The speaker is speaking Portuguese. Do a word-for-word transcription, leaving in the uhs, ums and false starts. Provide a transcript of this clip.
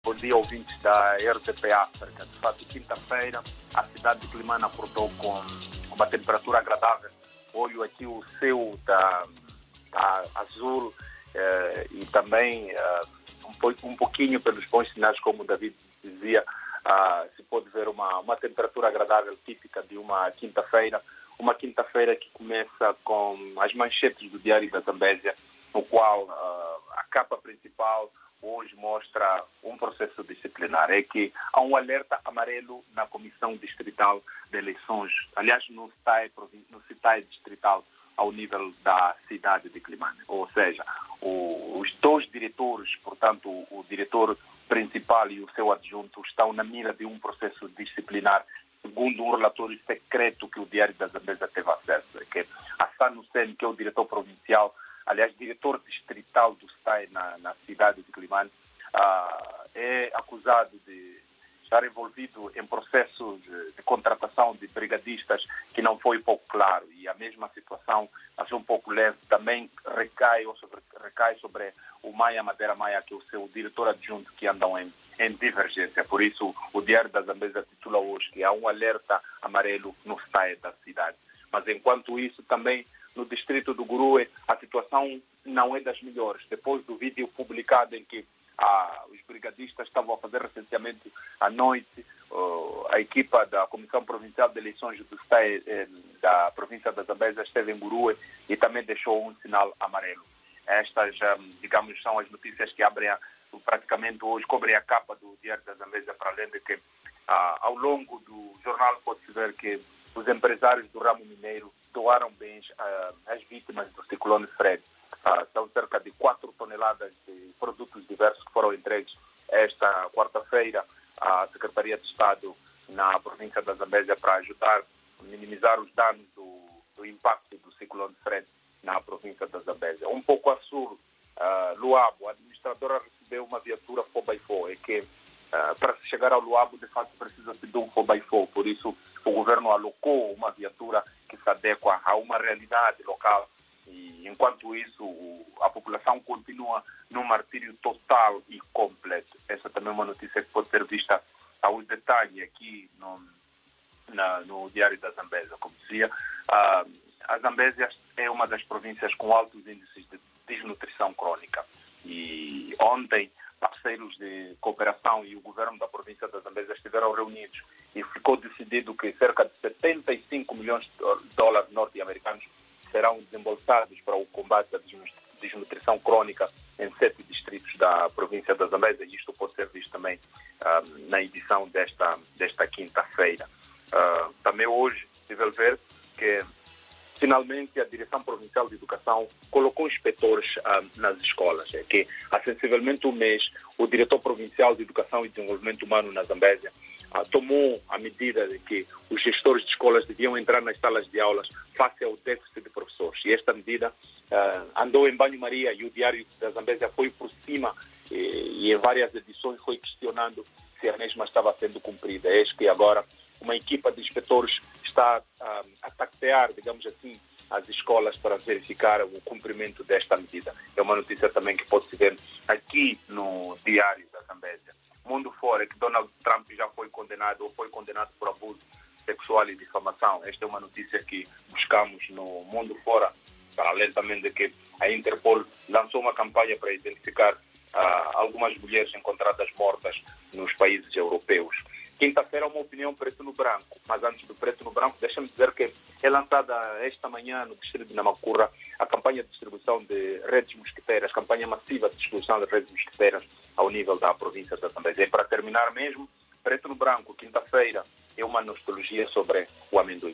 Bom dia, ouvintes da R D P África. De fato, quinta-feira, a cidade de Climane acordou com uma temperatura agradável. Olho aqui o céu está tá azul eh, e também eh, um, um pouquinho pelos bons sinais, como o David dizia, ah, se pode ver uma, uma temperatura agradável típica de uma quinta-feira. Uma quinta-feira que começa com as manchetes do Diário da Zambésia, no qual ah, a capa principal hoje mostra um processo disciplinar. É que há um alerta amarelo na Comissão Distrital de Eleições, aliás, no C I T A E, no C I T A E distrital, ao nível da cidade de Climane. Ou seja, o, os dois diretores, portanto, o, o diretor principal e o seu adjunto, estão na mira de um processo disciplinar, segundo um relatório secreto que o Diário da Zambésia teve acesso. É que Hassan Hussein, que é o diretor provincial, aliás, diretor distrital do C I T A E na, na cidade de Climane, uh, é acusado de estar envolvido em processos de, de contratação de brigadistas que não foi pouco claro, e a mesma situação, mas um pouco leve, também recai, ou sobre, recai sobre o Maia Madeira Maia, que é o seu diretor adjunto, que andam em, em divergência. Por isso, o Diário da Zambésia titula hoje que há um alerta amarelo no C I T A E da cidade. Mas, enquanto isso, também no distrito do Gurue, a situação não é das melhores. Depois do vídeo publicado em que ah, os brigadistas estavam a fazer recenseamento à noite, uh, a equipa da Comissão Provincial de Eleições do C I T A E eh, da província da Zambésia esteve em Gurue e também deixou um sinal amarelo. Estas, um, digamos, são as notícias que abrem a, praticamente hoje, cobrem a capa do Diário da Zambésia, para além de que ah, ao longo do jornal pode-se ver que os empresários do ramo mineiro doaram bens uh, às vítimas do ciclone Fred. Uh, são cerca de quatro toneladas de produtos diversos que foram entregues esta quarta-feira à Secretaria de Estado na província da Zambésia para ajudar a minimizar os danos do, do impacto do ciclone Fred na província da Zambésia. Um pouco a sul, uh, Luabo, a administradora recebeu uma viatura four by four. É que uh, para se chegar ao Luabo, de fato, precisa-se de um four by four. Por isso, o governo alocou uma viatura que se adequa a uma realidade local. E, enquanto isso, a população continua num martírio total e completo. Essa também é uma notícia que pode ser vista aos detalhes aqui no, na, no Diário da Zambésia. Como dizia, a, a Zambésia é uma das províncias com altos índices de desnutrição crônica. E ontem, parceiros de cooperação e o governo da província da Zambésia estiveram reunidos e ficou decidido que cerca de setenta e cinco milhões de dólares norte-americanos serão desembolsados para o combate à desnutrição crônica em sete distritos da província da Zambésia, e isto pode ser visto também uh, na edição desta, desta quinta-feira. Uh, também hoje, se vai ver que finalmente a Direção Provincial de Educação colocou inspetores uh, nas escolas. É que há sensivelmente um mês, o Diretor Provincial de Educação e Desenvolvimento Humano na Zambésia uh, tomou a medida de que os gestores de escolas deviam entrar nas salas de aulas face ao déficit de professores. E esta medida uh, andou em banho-maria, e o Diário da Zambésia foi por cima e, e em várias edições foi questionando se a mesma estava sendo cumprida. Eis que agora uma equipa de inspetores está uh, a taxear, digamos assim, as escolas para verificar o cumprimento desta medida. É uma notícia também que pode-se ver aqui no Diário da Zambésia. Mundo fora, que Donald Trump já foi condenado ou foi condenado por abuso sexual e difamação. Esta é uma notícia que buscamos no Mundo Fora, para além também de que a Interpol lançou uma campanha para identificar uh, algumas mulheres encontradas mortas nos países europeus. Quinta-feira, uma opinião preto no branco, mas antes do preto no branco, deixa-me dizer que é lançada esta manhã no distrito de Namacurra a campanha de distribuição de redes mosquiteiras, campanha massiva de distribuição de redes mosquiteiras ao nível da província da Zambésia. E para terminar mesmo, preto no branco, quinta-feira, é uma nostalgia sobre o amendoim.